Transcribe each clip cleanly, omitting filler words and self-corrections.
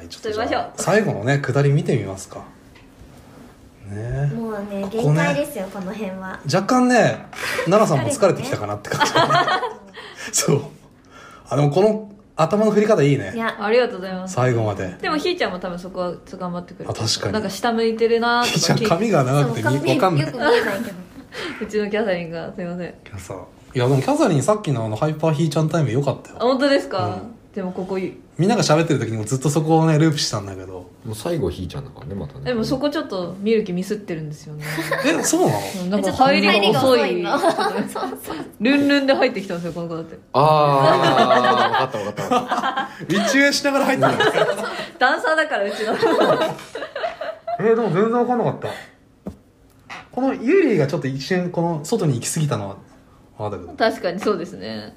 ちょっとじゃあ最後のね下り見てみますかね。 もうね限界ですよこの辺は。 若干ね奈々さんも疲れてきたかなって感じそうでもこの頭の振り方いいね。 いやありがとうございます。 最後まで。 でもひーちゃんも多分そこは頑張ってくれる。 確かになんか下向いてるなーとか。 ひーちゃん髪が長くて分かんない。 よく見えないけどうちのキャサリンがすいません。 いやでもキャサリンさっきのハイパーひーちゃんタイム良かったよ。 本当ですか、でもここみんなが喋ってる時にもずっとそこをねループしたんだけど、 もう最後ひーちゃんだからねまたね。 でもそこちょっと見る気ミスってるんですよね。 そうなの？ なんか入りが遅い。ルンルンで入ってきたんですよこの子だって。 分かった分かった一中しながら入ってたダンサーだからうちのでも全然分かんなかった。このユーリーがちょっと一瞬この外に行き過ぎたのは分かったけど。 確かにそうですね。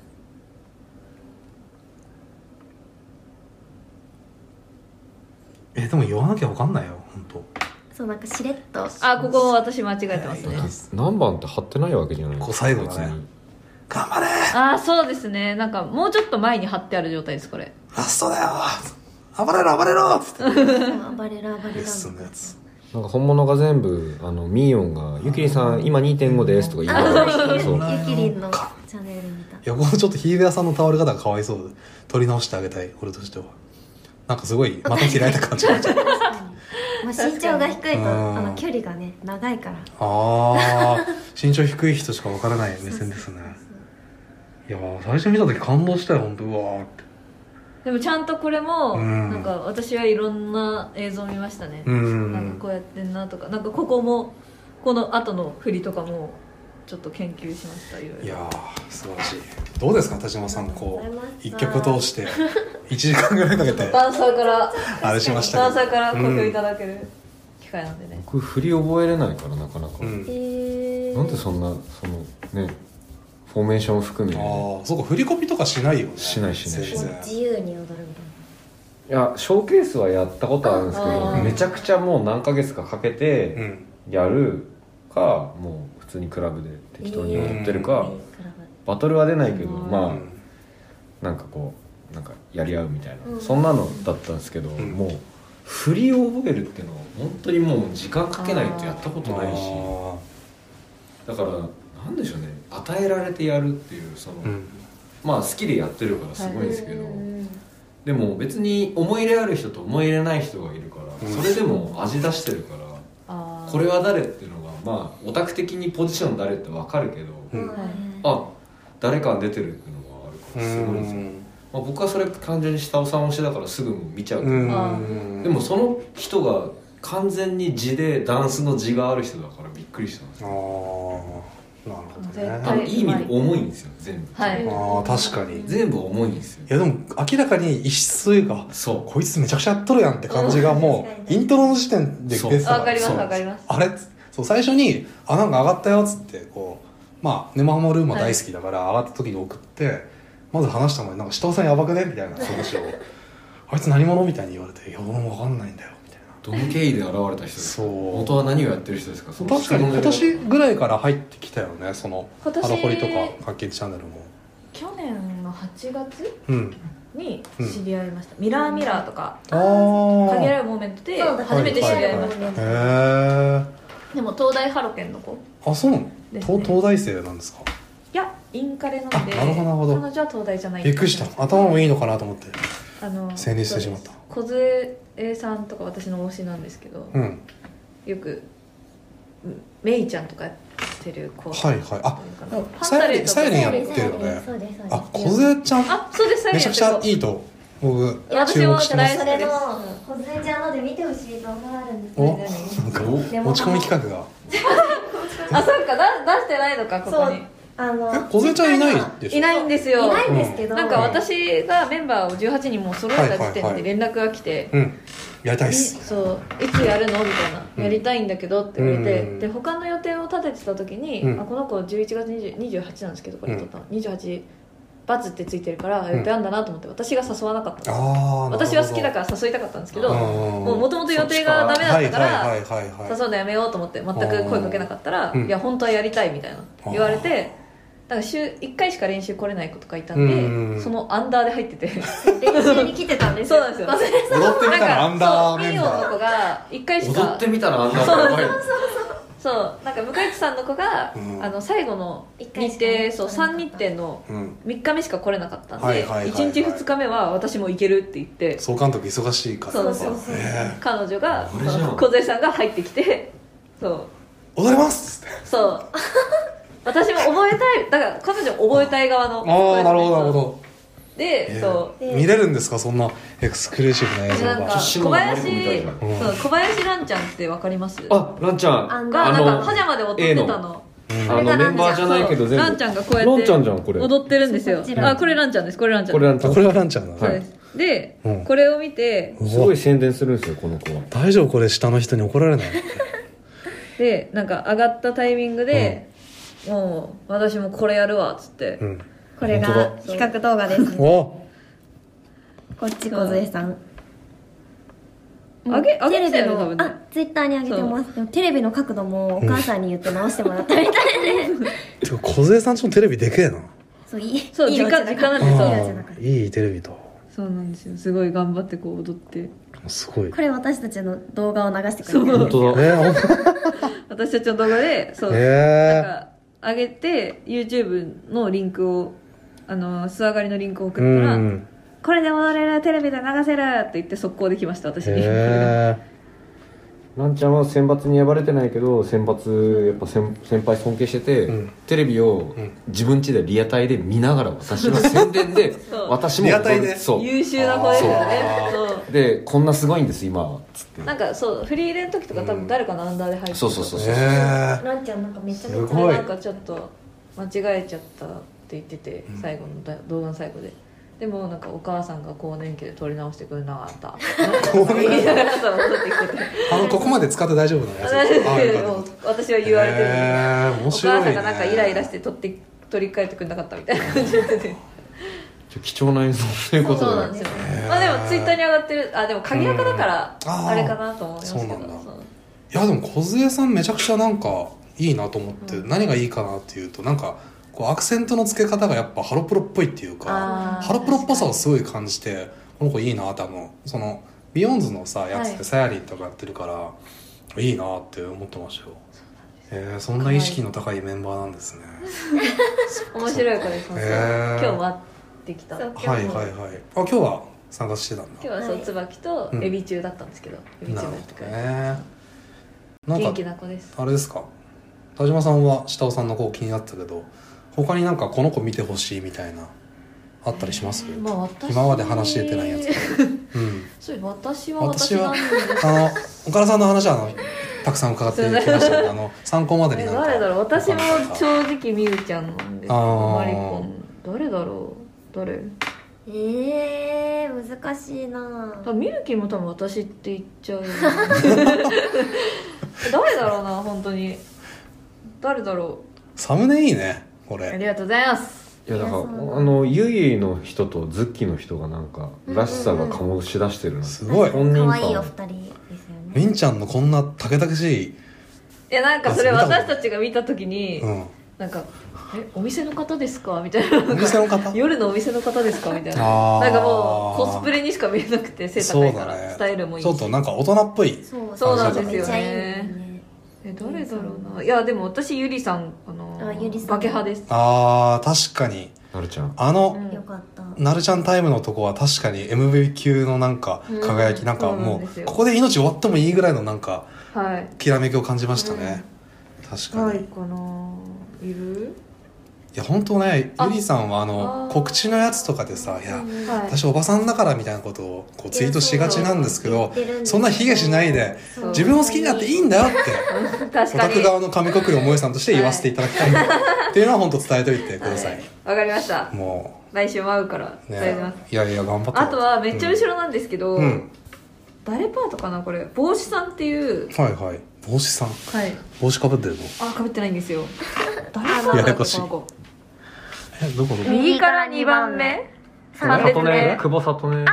でも言わなきゃ分かんないよ本当。 そうなんかしれっと。 ここ私間違えてますね。 何番って貼ってないわけじゃない。 こう最後だね。頑張れ。 そうですね。なんかもうちょっと前に貼ってある状態ですこれ。 ラストだよ。暴れろ暴れろって暴れろ暴れろ。 なんか本物が全部ミーヨンがゆきりさん今 2.5 ですとか言いながらそうゆきりんのチャンネル見た。 いやこのちょっとヒーベアさんの倒れ方がかわいそうで取り直してあげたい俺としては。なんかすごいまた開いた感じになっちゃうまあ身長が低いと距離がね長いから。 身長低い人しか分からない目線ですね。いや最初見た時感動したよ本当。うわーって。 でもちゃんとこれもなんか私はいろんな映像見ましたね。なんかこうやってんなとか、なんかここもこの後の振りとかもちょっと研究しました。いろいろ。 いや素晴らしい。どうですか田島さん、こう一曲通して1時間ぐらいかけてダンサーからあれしましたダンサーから好評いただける機会なんでね。 僕振り覚えれないからなかなか、なんでそんなねフォーメーション含めそうか振りコピとかしないよね。 しない自由に踊るみたいな。 いやショーケースはやったことあるんですけど、めちゃくちゃもう何ヶ月かかけてやるか、もう普通にクラブで適当に踊ってるか、バトルは出ないけど、まあなんかこうなんかやり合うみたいな、そんなのだったんですけど、もう振りを覚えるっていうのは本当にもう時間かけないとやったことないし、だからなんでしょうね、与えられてやるっていうまあ好きでやってるからすごいんですけど、でも別に思い入れある人と思い入れない人がいるから、それでも味出してるから、これは誰っていうのがまあオタク的にポジション誰って分かるけど、誰かが出てるっていうのがあるからすごいんですよ。まあ、僕はそれ単純に下尾さん推しだからすぐ見ちゃうけど、でもその人が完全に地でダンスの地がある人だからびっくりしたんですよ。 なるほどね。 いい意味で重いんですよ全部。 確かに全部重いんですよ。 いやでも明らかに異質というか、こいつめちゃくちゃやっとるやんって感じがもうイントロの時点で出てたから。 わかりますわかります。 あれ最初になんか上がったよっつってこうまあネマハマルームは大好きだから上がった時に送ってまず話したのになんか下尾さんやばくねみたいな話をあいつ何者みたいに言われて、いや俺も分かんないんだよみたいな。 どの経緯で現れた人ですか。元は何をやってる人ですか。 確かに今年ぐらいから入ってきたよね、そのハロホリとかパッケージチャンネルも。 去年の8月に知り合いました。ミラーミラーとか限られるモーメントで初めて知り合いました。でも東大ハロケンの子。 そうなの。東大生なんですか。 いやインカレなので。 なるほどなるほど。 彼女は東大じゃない。 びっくりした。頭もいいのかなと思って戦慄してしまった。 梢さんとか私の推しなんですけど、よくメイちゃんとかやってる子。 サイレンやってるよね。梢ちゃんそうです。 めちゃくちゃいいと僕注目してます。 それの梢ちゃんので見てほしい動画があるんですけど、 なんか持ち込み企画がそっか出してないのかここに。 梢ちゃんいないでしょ。 いないんですよ。 いないんですけど、 なんか私がメンバーを18人も揃えた時点で連絡が来て、 やりたいっす。 いつやるのみたいな、やりたいんだけどって言われて、で他の予定を立ててた時に、この子11月28なんですけど、これ撮ったの28バツってついてるから予定あんだなと思って私が誘わなかったんです。私は好きだから誘いたかったんですけど、もともと予定がダメだったから誘うのやめようと思って全く声かけなかったら、いや本当はやりたいみたいな言われて、 だから週1回しか練習来れない子とかいたんで、そのアンダーで入ってて練習に来てたんですよ。 そうなんですよ。 踊ってみたらアンダーメンミオバー。 の子が1回しか踊ってみたらあんなのやばい。 そうなんか向井さんの子が、最後の日程、そう3日程の3日目しか来れなかったんで、1日2日目は私も行けるって言って、 総監督忙しいから。 そう彼女が梢さんが入ってきて、そう踊れますって。 そう私も覚えたい、だから彼女も覚えたい側の。 ああなるほどなるほど。 で、そう見れるんですか、そんなエクスクルーシブな映像なんかが。 小林蘭ちゃんってわかります？ あ、ランちゃんがなんかパジャマで踊ってたの。 メンバーじゃないけど全部ランちゃんがこうやってランちゃんじゃんこれ踊ってるんですよ。あ、これランちゃんです。これランちゃん。 これはランちゃんだ。 そうです。で、これを見てすごい宣伝するんですよこの子は。 大丈夫これ下の人に怒られない？ で、なんか上がったタイミングで、もう私もこれやるわっつって。 これが比較動画です。こっち梢さん。 テレビのツイッターに上げてます。でもテレビの角度もお母さんに言って直してもらったみたいで。 てか梢さんちのテレビでけえな。 そう実家なんです。 いいテレビだ。 そうなんですよ。すごい頑張ってこう踊って。 すごい。 これ私たちの動画を流してくれてる。 本当だ。 私たちの動画でなんか上げて YouTube のリンクを素上がりのリンクを送ったら。これで踊れる、テレビで流せるって言って速攻できました私に。 ランちゃんは選抜に選ばれてないけど選抜やっぱ先輩尊敬してて、テレビを自分家でリアタイで見ながら私が宣伝で私もリアタイで優秀な子ですよね。 でこんなすごいんです今つってなんかそうフリーレンの時とか多分誰かのアンダーで入ってそうランちゃんなんかめちゃめちゃなんかちょっと間違えちゃったって言ってて、最後の動画の最後で。でもなんかお母さんが更年期で撮り直してくれなかった言いながら戻ってきててここまで使って大丈夫なやつ。 私は言われてる、 面白いね。 お母さんがなんかイライラして取り替えてくれなかったみたいな感じで貴重な映像ということで。 そうなんですよ。まあでもツイッターに上がってる、でも鍵垢だからあれかなと思いますけど。 そうなんだ。いやでも梢さんめちゃくちゃなんかいいなと思って、何がいいかなっていうとなんかこうアクセントの付け方がやっぱハロプロっぽいっていうか、ハロプロっぽさをすごい感じて、この子いいなってそのビヨンズのさやつでサヤリンとかやってるから、いいなって思ってましたよ。そんな意識の高いメンバーなんですね。 面白い子です。今日待ってきた。はいはいはい。今日は参加してたんだ。 今日はそう椿とエビ中だったんですけど、エビ中がやってくれて。元気な子です。 あれですか。田島さんは下尾さんの子気になってたけど。他になんかこの子見てほしいみたいなあったりします？今まで話しててないやつ。 そう私は岡田さんの話はたくさん伺ってきましたけど、参考までになんか誰だろう。私も正直みゆちゃんなんです。マリコン誰だろう。誰？ 難しいな。 ミルキーも多分私って言っちゃう。誰だろうな本当に。誰だろう。サムネいいね。これありがとうございます。 いやだからゆいの人とズッキの人がなんからしさが醸し出してるな。 すごい可愛いお二人ですよね。 みんちゃんのこんなたけたけしい。 いやなんかそれ私たちが見た時に、なんかお店の方ですかみたいな。 お店の方？ 夜のお店の方ですかみたいな。なんかもうコスプレにしか見えなくて背高いからスタイルもいいし。 ちょっとなんか大人っぽい。 そうなんですよね。誰だろうな。いやでも私ゆりさんバケ派です。 確かになるちゃんよかった。 なるちゃんタイムのとこは確かに MV 級のなんか輝き、なんかもうここで命終わってもいいぐらいのなんかきらめきを感じましたね。確かに。 いる？ いや本当ね、ゆりさんは告知のやつとかでさ、いや私おばさんだからみたいなことをこうツイートしがちなんですけど、そんな卑下しないで自分を好きになっていいんだよってオタク側の上国良萌さんとして言わせていただきたいっていうのは本当伝えといてください。 わかりました。 もう来週も会うから伝えます。 いやいや頑張って。 あとはめっちゃ後ろなんですけど、誰パートかなこれ、帽子さんっていう。 帽子さん。帽子かぶってるの？ かぶってないんですよ。誰パートだったこの子。 どこ右から2番目3列目久保里音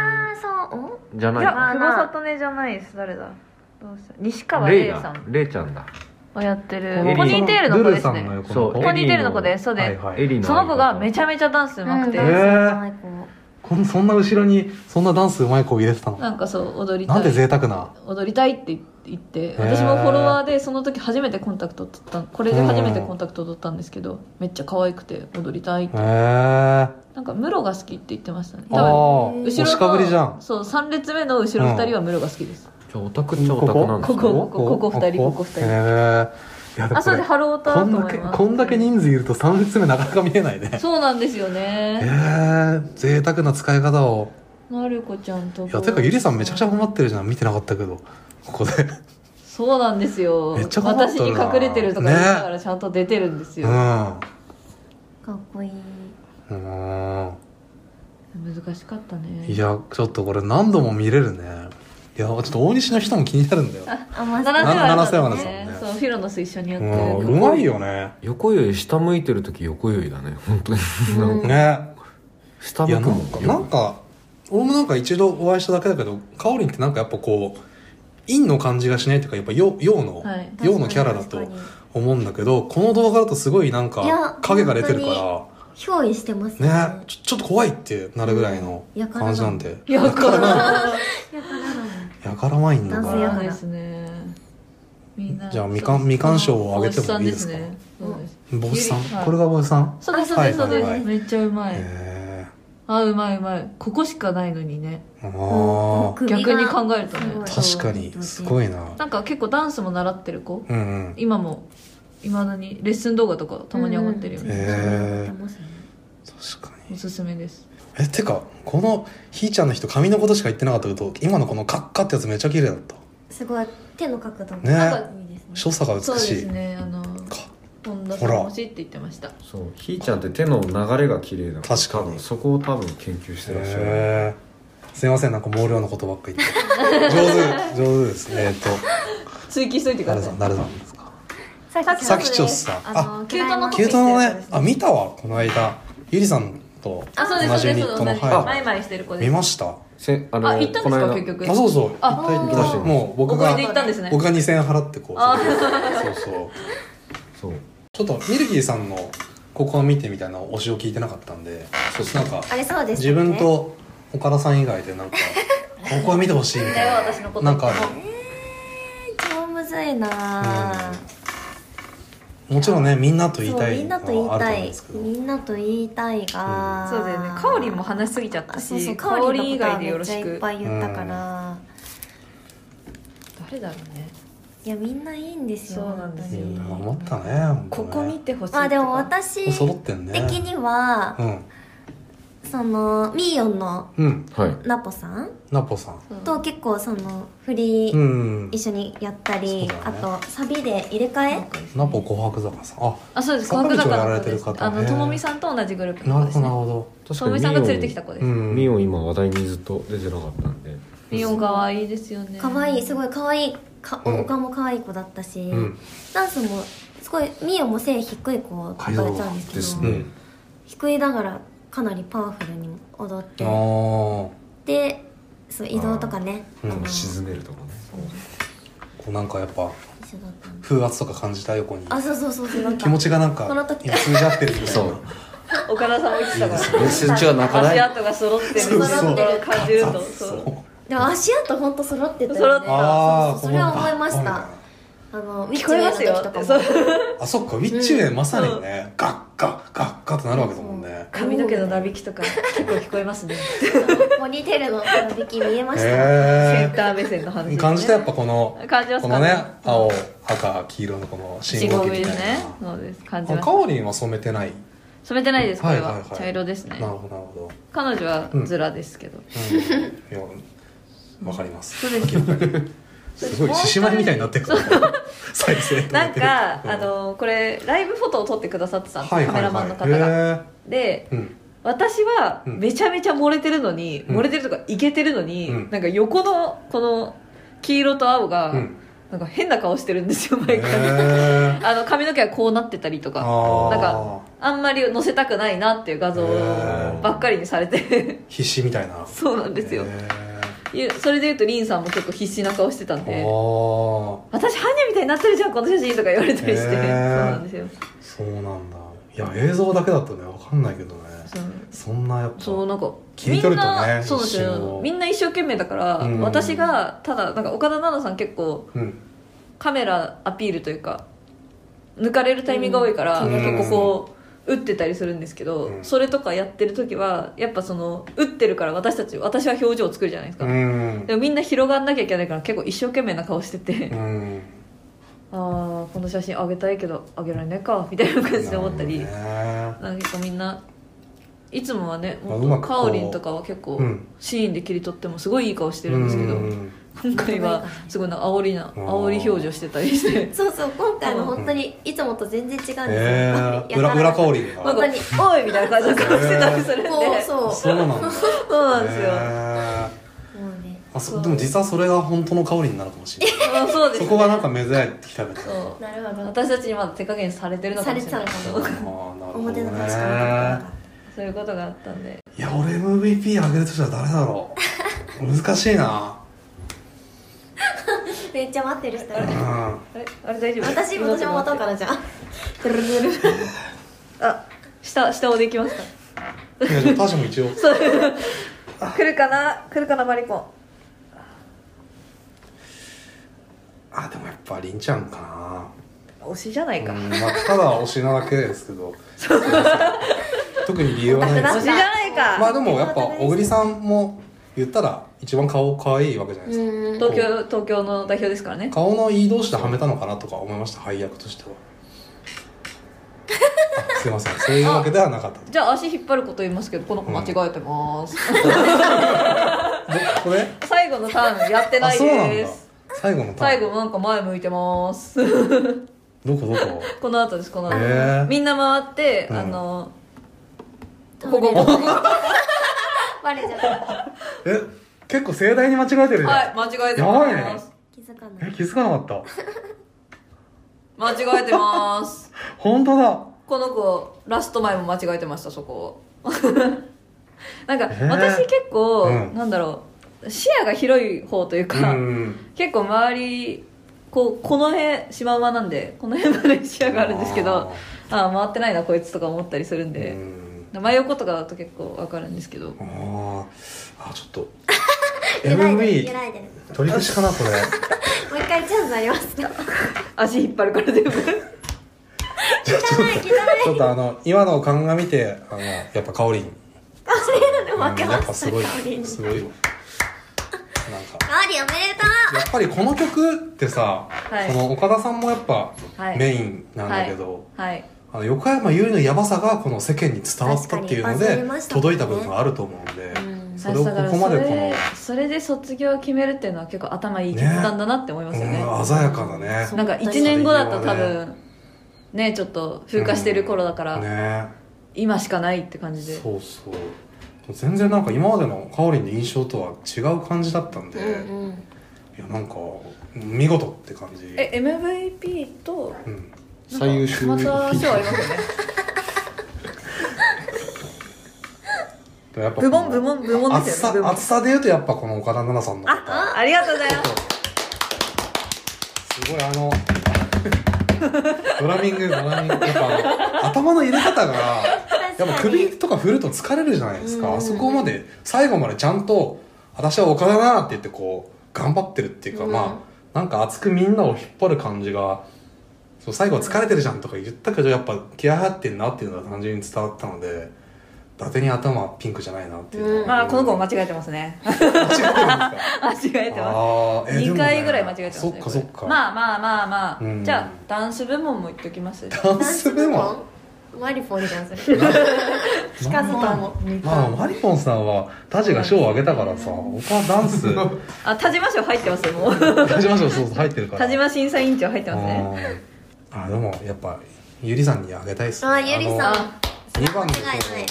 じゃない。 いや久保里音じゃないです。誰だ。どうした？西川玲さん。 玲ちゃんだ。 をやってるエリーポニーテールの子ですね。 ルルさんの横のそう子ポニーテールの子です。そうで、 はいはいエリのその子がめちゃめちゃダンス上手くて、 そんな後ろにそんなダンスうまい子を入れてたの？ なんかそう踊りたい、 なんで贅沢な。 踊りたいって言って、私もフォロワーでその時初めてコンタクト取った、これで初めてコンタクト取ったんですけど、めっちゃ可愛くて踊りたいって、なんかムロが好きって言ってましたね。多分後ろ押しかぶりじゃん。 そう3列目の後ろ2人はムロが好きです。 じゃあオタクっちゃオタクなんですか？ ここ2人、ここ2人。 いやあ、それでハロータと思います。 こんだけ人数いると3列目なかなか見えないね。 そうなんですよね。 贅沢な使い方を。 まる子ちゃんと。 いや、てかゆりさんめちゃくちゃ頑張ってるじゃん。見てなかったけどここで。 そうなんですよ。 めっちゃ頑張ってるな。 私に隠れてるとか言いながらちゃんと出てるんですよ。 かっこいい。 難しかったね。 いや、ちょっとこれ何度も見れるね。いや、ちょっと大西の人も気になるんだよ。 七瀬はね。そう、フィロノス一緒にやってる。 うまいよね。 横酔い下向いてる時横酔いだね本当に。 ね。 下向くもん。 なんか俺もなんか一度お会いしただけだけど、かおりんってなんかやっぱこう陰の感じがしないっていうか、やっぱ陽のキャラだと思うんだけど、この動画だとすごいなんか影が出てるから。 憑依してますね。ちょっと怖いってなるぐらいの感じなんで。 やからまいんだダンスやからですね。みんなじゃあみかん賞をあげてもいいですか？帽子さん、これが帽子さん？ そうですそうです。めっちゃうまい。うまい。ここしかないのにね。逆に考えるとね。 確かにすごいな。 なんか結構ダンスも習ってる子、今も未だにレッスン動画とかたまに上がってるよね。 確かにおすすめです。 てかこのひーちゃんの人髪のことしか言ってなかったけど、今のこのカッカってやつめっちゃ綺麗だった。 すごい手の角度ね、所作が美しい。 そうですね。本田さん欲しいって言ってました。 そう、ひーちゃんって手の流れが綺麗だから、 確かにそこを多分研究してらっしゃる。 すいません、なんか毛量のことばっかり言って上手ですね。 追記しといてください。 誰さんですか？ さきちょっさん。 キュートのね、見たわこの間ゆりさんと同じユニットの。 マイマイしてる子です。 見ました。 行ったんですか結局？ そう行きました。もう僕が2000円払ってこう。そうちょっとミルキーさんのここを見てみたいな推しを聞いてなかったんで、なんか自分と岡田さん以外でなんかここは見てほしいみたいな、なんか超むずいな。 もちろんね、みんなと言いたいのはあると思うんですけど、 みんなと言いたいが、 そうだよね。かおりんも話しすぎちゃったし、かおりん以外でよろしく。 いっぱい言ったから、 誰だろうね。 いや、みんないいんですよ。 そうなんですよ。 思ったね。 ここ見てほしい。 でも私的には、そのミーヨンのナポさんと結構その振り一緒にやったり、あとサビで入れ替え。 ナポ琥珀坂さん。 あ、そうです。琥珀坂の子です。ともみさんと同じグループの子ですね。 なるほど。 ともみさんが連れてきた子です。 ミーヨン今話題にずっと出てなかったんで。 ミーヨン可愛いですよね。 可愛い、すごい可愛い。お顔も可愛い子だったし、ダンスもすごいミーヨンも背低い子だったんですけど、低いながらかなりパワフルに踊って、でそう移動とかね、 沈めるとかね、 こうなんかやっぱ風圧とか感じた横に、 そう気持ちがなんか今通じ合ってるみたいな。 岡田さんも言ってたから、 レッスン中は泣かない、 足跡が揃ってる感じると、 でも足跡ほんと揃ってたよね。それは思いました。ウィッチウェイの時とかも。 そっか、ウィッチウェイまさにね、ガッガッガッガッってなるわけだもんね。 髪の毛のなびきとか結構聞こえますね。 ポニーテールのなびき見えました。 センター目線の話。 感じたやっぱこのね、青赤黄色のこの信号機みたいな。そうです。感じます。 かおりんは染めてない。 染めてないです。これは茶色ですね。 なるほどなるほど。 彼女はズラですけど。 わかります。 そうですよ。 すごい獅子舞みたいになってるから再生なんかこれライブフォトを撮ってくださってたんです、カメラマンの方が。で、私はめちゃめちゃ漏れてるのに、漏れてるとかイケてるのに、なんか横のこの黄色と青がなんか変な顔してるんですよ、毎回。髪の毛がこうなってたりとか、なんかあんまり載せたくないなっていう画像ばっかりにされて必死みたいな。 そうなんですよ。 それで言うとリンさんも結構必死な顔してたんであ私犯人みたいになってるじゃんこの写真とか言われたりして、そうなんですよ。 そうなんだ。いや映像だけだとね分かんないけどね。そんなやっぱそうなんか聞いとるとね、 そうですよ。みんな一生懸命だから、 うん、 私がただなんか岡田奈々さん結構、 うん、 カメラアピールというか抜かれるタイミングが多いから、結構こう打ってたりするんですけど、それとかやってる時はやっぱその打ってるから私は表情を作るじゃないですか、でもみんな広がんなきゃいけないから結構一生懸命な顔してて、ああこの写真あげたいけどあげられないかみたいな感じで思ったり、なんかみんないつもはねかおりんとかは結構シーンで切り取ってもすごいいい顔してるんですけど、今回はすごい煽り表情してたりしてそうそう今回の本当にいつもと全然違うんですよ、 裏香りが本当においみたいな感じの顔してたりするんで、 そうなんだそうなんですよ、 でも実はそれが本当の香りになるかもしれないそうです、ね、 そこがなんか目覚めてきたけど、 なるほど私たちにまだ手加減されてるのかもしれない、 表の確かにそういうことがあったんで、 いや俺 MVP あげるとしたら誰だろう難しいなめっちゃ待ってる人あれ大丈夫？ 私も待とうかなじゃああ下をできますか？ いやじゃあタジも一応そう来るかなマリコン。 でもやっぱりんちゃんかな。 推しじゃないか、 まあ、ただ推しなだけですけど特に理由はないです推しじゃないか。 まあでもやっぱ小栗さんも言ったら一番顔可愛いわけじゃないですか。 東京の代表ですからね。 顔のいい同士ではめたのかなとか思いました、配役としてはすいませんそういうわけではなかったじゃあ足引っ張ること言いますけどこの子間違えてます、 これ最後のターンやってないです。 最後のターン最後なんか前向いてますどここの後ですこの後、みんな回って、ここバレちゃった結構盛大に間違えてるじゃん。 はい間違えてます。 やばいね。 気づかない。 気づかなかった間違えてます本当だ。 この子ラスト前も間違えてましたそこなんか、私結構、なんだろう視野が広い方というか、結構周りこの辺シマウマなんでこの辺まで視野があるんですけど回ってないなこいつとか思ったりするんで、真横とかだと結構分かるんですけど、 ちょっと MV 取り消しかなこれもう一回チャンスありますか？ 足引っ張るから全部じゃあちょっと今のを鑑みてやっぱ香りにやっぱすごいなんか香りおめでとう。 やっぱりこの曲ってさ、この岡田さんもやっぱメインなんだけど、横山由里のヤバさがこの世間に伝わったっていうので届いた部分があると思うんで、それをここまでそれで卒業を決めるっていうのは結構頭いい決断だなって思いますよね。 鮮やかだね。 なんか1年後だと多分ねちょっと風化してる頃だから、今しかないって感じで、 そう全然なんか今までのかおりんの印象とは違う感じだったんで、いやなんか見事って感じ。 MVP と、 最優秀また賞ありますよねやっぱ部門ですよね。 厚さでいうとやっぱこの岡田奈々さんのありがとうございます。 すごいドラミングやっぱ頭の入れ方がやっぱ首とか振ると疲れるじゃないですか。あそこまで最後までちゃんと私は岡田だなって言ってこう頑張ってるっていうか、なんか熱くみんなを引っ張る感じが、最後は疲れてるじゃんとか言ったけどやっぱ気合入ってんなっていうのが単純に伝わったので、伊達に頭ピンクじゃないなっていう、 この子間違えてますね。間違えてますか？ 間違えてます。2回ぐらい間違えてますね。 そっかまあ、じゃあダンス部門も言っときます。 ダンス部門マリフォンじゃんそれ聞かせたもマリフォンさんはタジが賞をあげたからさ、他ダンス田島賞入ってますよもう田島賞そう入ってるから、 田島審査委員長入ってますね。 でもやっぱゆりさんにあげたいっすね。 ゆりさん 2番で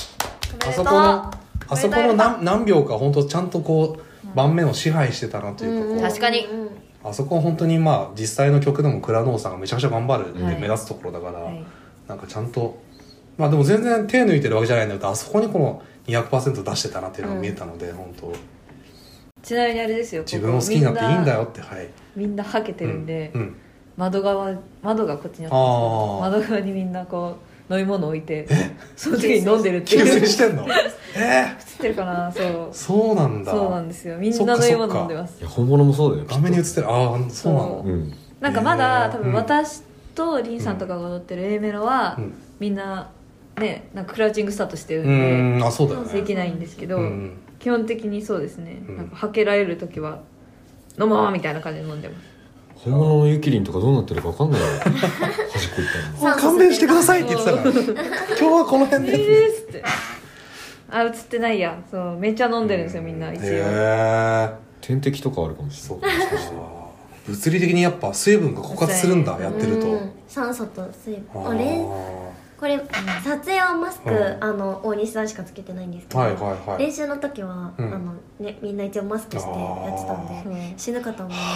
あそこの何秒か本当ちゃんとこう盤面を支配してたなというか、 確かにあそこは本当に実際の曲でも倉能さんがめちゃくちゃ頑張る目立つところだから、なんかちゃんとでも全然手抜いてるわけじゃないんだけど、あそこにこの 200% 出してたなっていうのが見えたので、本当ちなみにあれですよ、 自分を好きになっていいんだよって。はい。 みんなはけてるんで、 うん窓がこっちにあったんですけど、窓側にみんなこう飲み物置いて、その時に飲んでるって吸いう。 水してんの？映ってるかな。 そうなんだ。 そうなんですよ、みんな飲み物飲んでます。 いや本物もそうだよ。 画面に映ってる。ああ、そうなの。 なんかまだ多分私とリンさんとかが踊ってる A メロは、みんなね、なんかクラウチングスタートしてるんで、 あ、そうだよね。 できないんですけど、基本的にそうですね、なんかはけられる時は飲もうみたいな感じで飲んでます。 本物のゆきりんとかどうなってるか分かんないよ。端っこ行ったの勘弁してくださいって言ってたから今日はこの辺でですって映ってないや。そうめっちゃ飲んでるんですよみんな。一応点滴とかあるかもしれない。 物理的にやっぱ水分が枯渇するんだ、やってると。 酸素と水分。これ撮影はマスク大西さんしかつけてないんですけど、練習の時はみんな一応マスクしてやってたんで死ぬかと思いま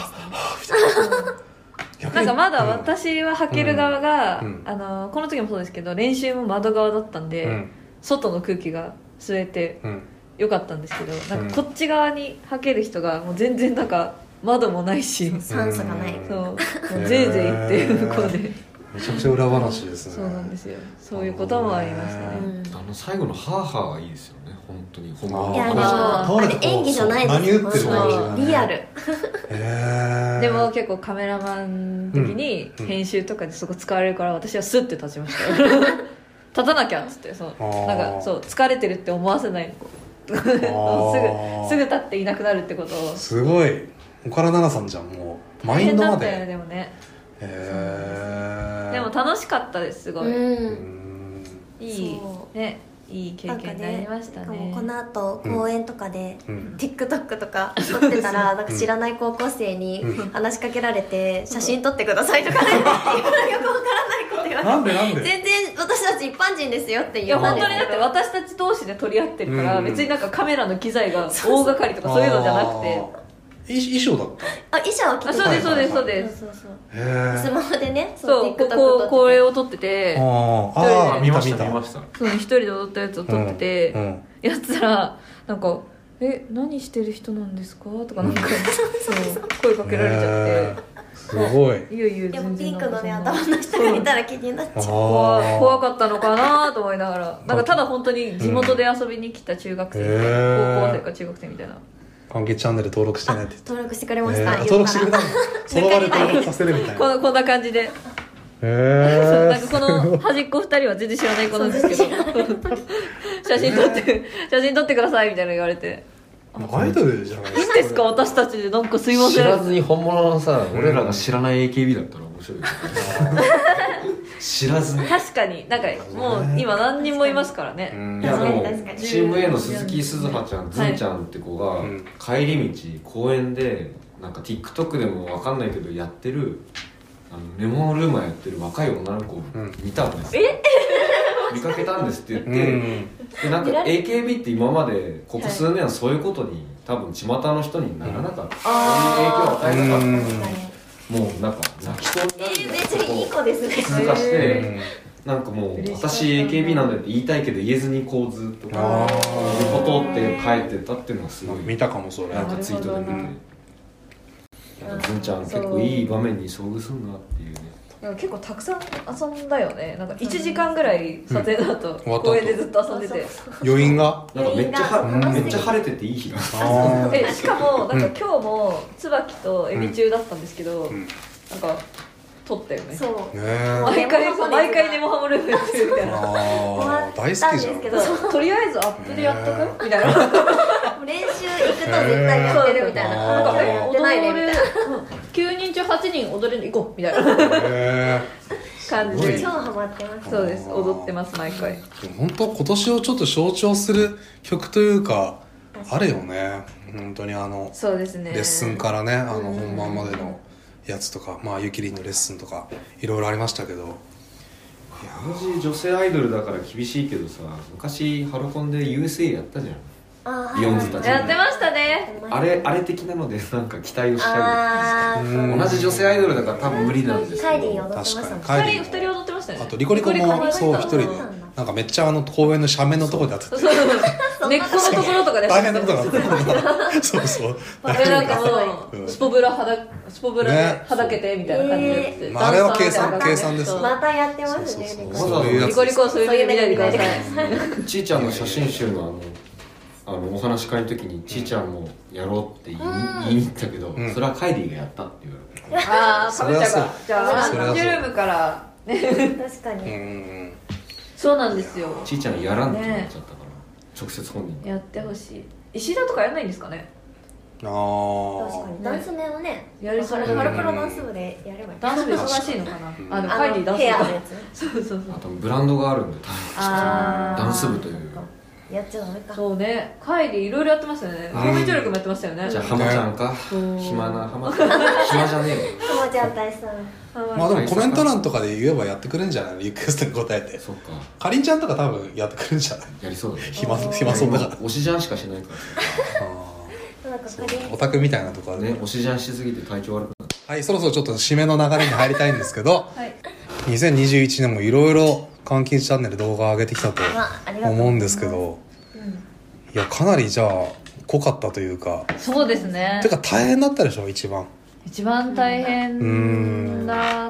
したね。 なんかまだ私は履ける側がこの時もそうですけど、練習も窓側だったんで外の空気が吸えてよかったんですけど、なんかこっち側に履ける人がもう全然なんか窓もないし酸素がない。 そうもうぜいぜい言って向こうで。 めちゃくちゃ裏話ですね。 そうなんですよ。そういうこともありましたね。 最後のハーハーがいいですよね。本当にいやでもあれ演技じゃないです。 何言ってるかリアル。 でも結構カメラマン的に編集とかでそこ使われるから私はスッて立ちましたよ。立たなきゃっつって、なんかそう疲れてるって思わせないの。すぐ立っていなくなるってことを。 すごい岡田奈々さんじゃん。もうマインドまで。 大変だったよでもね。でも楽しかったです。すごいいいね、いい経験になりましたね。 この後公園とかで TikTok とか撮ってたらなんか知らない高校生に話しかけられて写真撮ってくださいとかね、よくわからないこと言われて、 なんで全然私たち一般人ですよって言われて。いや本当にだって私たち同士で撮り合ってるから別になんかカメラの機材が大掛かりとかそういうのじゃなくて。 衣装だった。 衣装は着てた。 そうですそうですそうです。 スマホでね、 そうこれを撮ってて、 見ました。 そう一人で踊ったやつを撮ってて、やったらなんか何してる人なんですかとかなんか声かけられちゃって。 すごい。 いやピンクのね頭の人がいたら気になっちゃう。 怖かったのかなと思いながら、なんかただ本当に地元で遊びに来た中学生、高校生か中学生みたいな。 関係チャンネル登録してねって言って。 登録してくれました。 登録してくれたの。その場で登録させるみたいな。 こんな感じで。なんかこの端っこ2人は全然知らない子なんですけど、写真撮ってくださいみたいな言われて。 アイドルじゃないですか。いいんですか私たちで。なんかすいません。 知らずに本物のさ、俺らが知らない AKB だったら面白い。知らずに。 確かになんかもう今何人もいますからね。 いやもうチーム A の鈴木鈴葉ちゃん、ずんちゃんって子が帰り道公園でなんか TikTok でもわかんないけどやってるレモンルーマーやってる若い女の子を見たんです。見かけたんですって言って、でなんか AKB って今までここ数年はそういうことに多分巷の人にならなかった、そういう影響を与えなかった、もうなんか泣きそうになるめっちゃいい子ですね。 通過して、なんかもう私 AKB なんだって言いたいけど言えずにこうずっということって書いてたっていうのがすごい見たかも。それなんかツイートで見て、ずんちゃん結構いい場面に遭遇するなっていうね。 結構たくさん遊んだよね。なんか1時間ぐらい撮影の後、公園でずっと遊んでて、 余韻がなんかめっちゃ晴れてていい日がしかもなんか今日も椿とエビ中だったんですけど、なんか撮ったよね。そう毎回ネモハモルームやってるみたいな。 大好きじゃん。 とりあえずアップでやっとくみたいな。 練習行くと絶対やってるみたいな。なんか踊れないみたいな。 9人中8人踊れる行こうみたいな感じで超ハマってます。 そうです、踊ってます毎回。 本当今年をちょっと象徴する曲というかあるよね。本当にそうですね、 レッスンからね本番までのやつとか、まあゆきりんのレッスンとかいろいろありましたけど、 私女性アイドルだから厳しいけどさ、昔ハロコンで USA やったじゃん。ビヨンズたちやってましたね。 あれ的なのでなんか期待をしちゃう。同じ女性アイドルだから多分無理なんですけど。 カイリー踊ってましたね。2人踊ってましたね。 あとリコリコもそう一人でなんかめっちゃ公園の斜面のところでやってて、 そう根っこのところとかで大変なことがあってそうそうでなんかもうスポブラではだけてみたいな感じでやってて、 まああれは計算ですよ。 またやってますね。 そういうやつリコリコはそういうの見ないでください。 ちーちゃんの写真集のお話し会の時にちーちゃんもやろうって言いに行ったけど、それはカイリーがやったって言われて、 ああ食べちゃうからじゃあそれはそうジュルムから確かに。 そうなんですよ。 ちーちゃんやらんって言っちゃったから、直接本人にやってほしい。石田とかやんないんですかね。 確かにダンス面をね、 やりそう。 ハロプロダンス部でやればいい。 ダンス部忙しいのかな。でもカイリーダンス部ヘアのやつ。 そうそうそう。 あとブランドがあるんでダンス部というやっちゃダメか。 そうね、カイリーいろいろやってますよね。表面張力もやってましたよね。 じゃあ浜ちゃんか暇な浜ちゃん暇じゃねえよ浜ちゃん大さん。 まあでもコメント欄とかで言えばやってくれるんじゃないの、リクエストに答えて。 そっか、 かりんちゃんとか多分やってくれるんじゃない。 やりそうだね。 暇そうだから推しじゃんしかしないからなんかかりんオタクみたいなとこあるね、推しじゃんしすぎて体調悪くなる。 はい、そろそろちょっと締めの流れに入りたいんですけど、 はい。 2021年もいろいろ監禁チャンネル動画上げてきたとありがとう思うんですけど、いやかなりじゃあ濃かったというか、 そうですねて。か大変だったでしょ一番。 一番大変だった。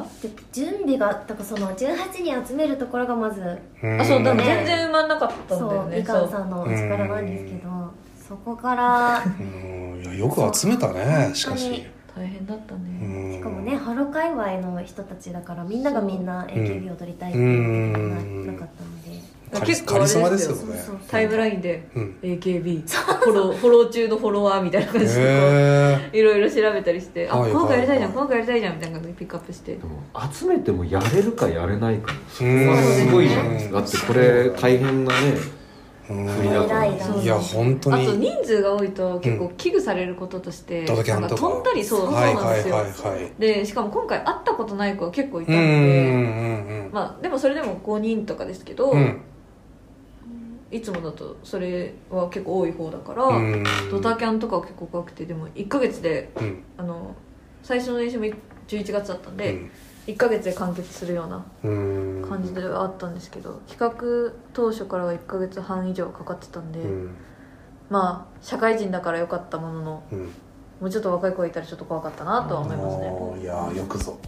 で準備がだからその18人集めるところがまずそうだ、 ね全然埋まんなかったんだよね。 そうみかんさんの力なんですけど、そこからいやよく集めたね。しかし大変だったね。 しかもねハロ界隈の人たちだからみんながみんな AKB を踊りたいっていうことがなかったので、 結構あれですよカリスマですよね。 タイムラインで、 うん AKB フォロー中のフォロワーみたいな感じでこういろいろ調べたりして、あ、 はい今回やりたいじゃん、 はい今回やりたいじゃんみたいな感じでピックアップして、 でも集めてもやれるかやれないか、そこがすごいじゃないですか。だってこれ大変なね振りだから。 偉いな。 いや本当にあと人数が多いと結構危惧されることとして、 ドタキャンとか飛んだりそうはいなんですよ、 はいはいはい。 でしかも今回会ったことない子が結構いたうので、 んまあでもそれでも5人とかですけど、 うんいつもだとそれは結構多い方だから、 うんドタキャンとかは結構怖くて、でも1ヶ月でうん最初の練習も11月だったんで、 うん 1ヶ月で完結するようなうん感じではあったんですけど、企画当初からは1ヶ月半以上かかってたんで、 うんまあ社会人だから良かったものの、 うんもうちょっと若い子がいたらちょっと怖かったなとは思いますね。 いやよくぞ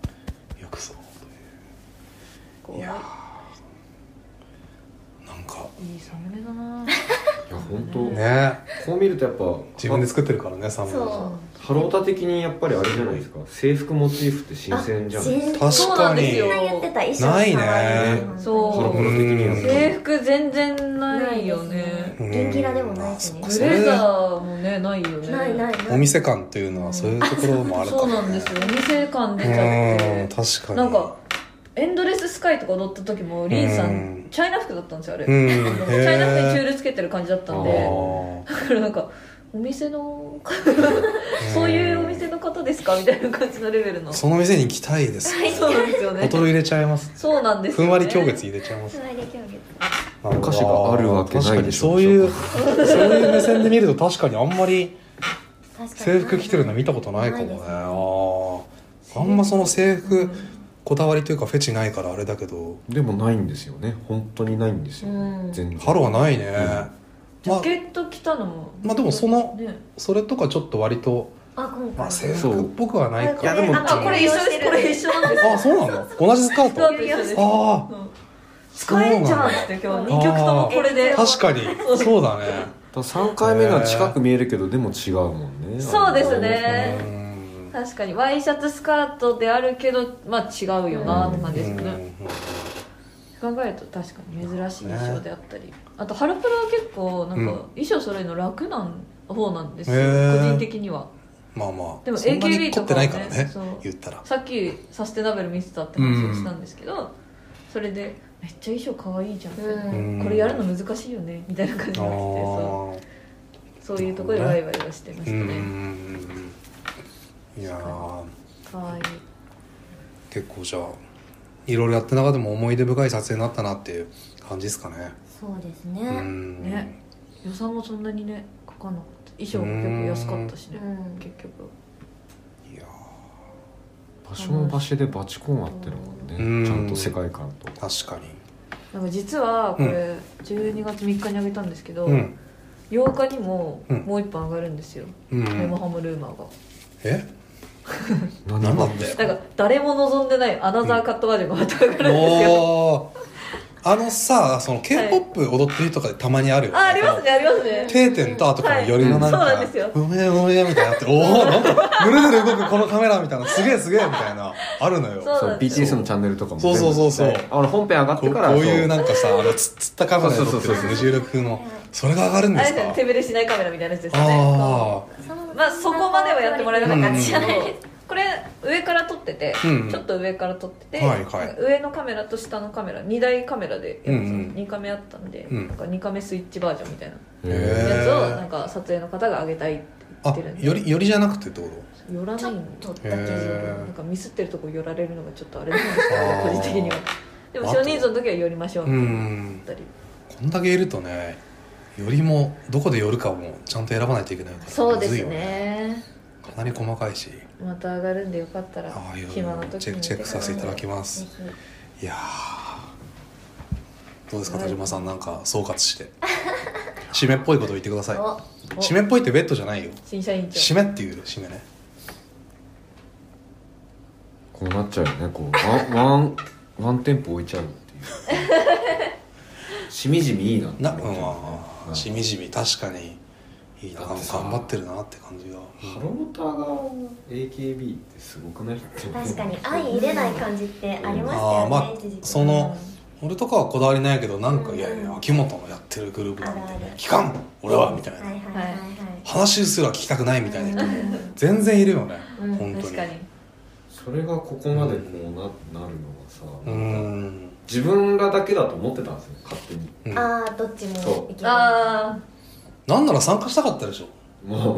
いやなんかいいサムネだな。 いや本当ねこう見るとやっぱ自分で作ってるからねサムネそうハロータ的にやっぱりあれじゃないですか、制服モチーフって新鮮じゃないですか。 確かにみんな言ってた衣装ないねそうハロプロ的には制服全然ないよね。 うん元気ラでもないしねあブレザーもねないよね。 ないないお店感というのはそういうところもあるかそうもなんですよ。お店感出ちゃっうんて。 確かになんかエンドレススカイとか踊った時もリンさうんんチャイナ服だったんですよあれ。 うんチャイナ服にチュールつけてる感じだったんで、 あだからなんかお店のそういうお店の方ですかみたいな感じのレベルの。 その店に行きたいですそうなんですよね。 ボトル入れちゃいますそうなんですよね。 ふんわり狂月入れちゃいますお菓子があるわけないでしょ。 確かにそういう目線で見ると確かにあんまり確かに制服着てるの見たことないかもね。 ないあんまその制服こだわりというかフェチないからあれだけど、 でもないんですよね、本当にないんですよ、 うん全然。 ハロはないね。 ジャケット着たのも。 まあでもそのね。 それとかちょっと割と、 あ今回まあ、制服っぽくはないか。 いやでもあこれ一緒です。これ一緒なんですよ。 あそうなの同じスカースカート。 ト一緒です。 あうん使えんじゃんって今日2曲ともこれで。 確かにそうだね。 だから3回目が近く見えるけどでも違うもんね。 そうですうね。 ん確かにワイシャツスカートであるけどまあ違うよなって感じですよね。考えると確かに珍しい衣装であったり、あとハロプロは結構なんか衣装揃えるの楽な方なんですよ、 へー個人的には。 まあまあでもそんなに AKB 凝ってないからねとかはねそう言ったら。 さっきサステナブル見せたって話をしたんですけど、それでめっちゃ衣装かわいいじゃんみたいな、 うんこれやるの難しいよねみたいな感じになってて、そういうところでワイワイはしてましたね。 いやーかわいい。 結構じゃあいろいろやって中でも思い出深い撮影になったなっていう感じですかね。 そうですうねんね、予算もそんなにねかかんなかった。衣装も結構安かったしね、 うん結局。 いや場所も場所でバチコン合ってるもんね、 うんちゃんと世界観と。 ー確かになんか実はこれ12月3日にあげたんですけど、 うん 8日にももう一本上がるんですよ、 うん、 ネモハムルーマーが。 え何なんだって。 なんか誰も望んでないアナザーカットバージョンがまた上がるんですよ、 おーさ、その K-POP 踊ってる人とかでたまにあるよね。 ありますねありますね。 定点と後からよりのなんか、 そうなんですよ。 うめえうめえみたいなって、おおなんかぬるぬる動くこのカメラみたいな、すげえすげえみたいなあるのよ。 そうそう BTS のチャンネルとかもそうそうそうそう。 本編上がってからこういうなんかさ、つったカメラで撮ってる無重力風のそれが上がるんですか。 あれですね、手ぶれしないカメラみたいなやつですよね。 あまあそこまではやってもらえなかったんですけど、 うんこれ上から撮ってて、 うんちょっと上から撮ってて、 はいはい、 上のカメラと下のカメラ2台カメラでやったんですよ、 うんうん 2カメあったんで、 うんなんか2カメスイッチバージョンみたいなへーやつをなんか撮影の方が上げたいって言ってるんで、 よりじゃなくてってこ寄らないんで撮った記事でへなんかミスってるとこ寄られるのがちょっとあれなんですけどあー個人的には。でも少人数の時は寄りましょうと。うみたいなんったり、 こんだけいるとね、よりもどこで寄るかもちゃんと選ばないといけないからそうですむずいよね。 かなり細かいし、 また上がるんでよかったらああいう暇な時にチェックさせていただきます。 ぜひいやーどうですか田島さん、なんか総括して締めっぽいことを言ってください。 お締めっぽいってベッドじゃないよ、 新社員長締めっていう締めね。 こうなっちゃうよね。こうワンテンポ置いちゃうっていうしみじみいいなって思っちゃうね。 しみじみ確かにいいな、頑張ってるなって感じが。 ハロータが AKB ってすごくないって確かに相入れない感じってありましたよね、 ああまあ一時期その俺とかはこだわりないけど、なんかいやいや秋元のやってるグループなんてあるある聞かん俺はみたいな、 はいはいはいはい話すら聞きたくないみたいな人も全然いるよね、 うん本当に。 確かにそれがここまでこうなるのがさ、 うん自分らだけだと思ってたんですよ勝手に。 うんああどっちもそういけるあなんなら参加したかったでしょ。 もう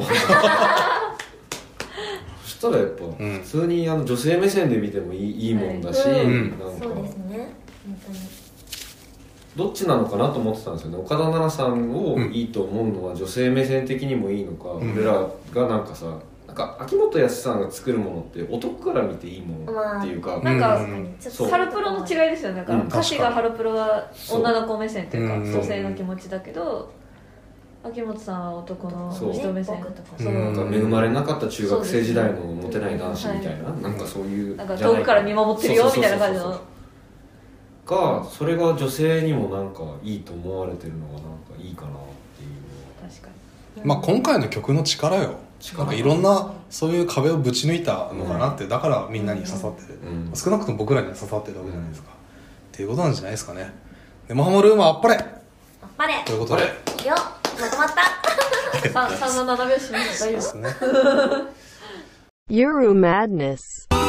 そしたらやっぱん普通に女性目線で見てもいいもんだし、 うんなんかそうですね本当にどっちなのかなと思ってたんですよね。岡田奈々さんをいいと思うのは女性目線的にもいいのか、 ん俺らがなんかさ、なんか秋元康さんが作るものって男から見ていいものっていうか、 なんかうんちょっそうハロプロの違いですよね。なんか歌詞がハロプロは女の子目線というそうか女性の気持ちだけど、秋元さんは男のそう人目線僕とかそううんなんか恵まれなかった中学生時代のモテない男子みたいな、なんかそういうなんか遠くから見守ってるよみたいな感じの。 が、それが女性にもなんかいいと思われてるのがなんかいいかなっていう。 確かまあ今回の曲の力よ。なんかいろんなそういう壁をぶち抜いたのかなって、だからみんなに刺さってる、 うん少なくとも僕らには刺さってるわけじゃないですか、っていうことなんじゃないですかね。でモハモルームあっぱれあっぱれということでよまとまったに。3の7拍子しました。大丈夫ですね。 Euro Madness.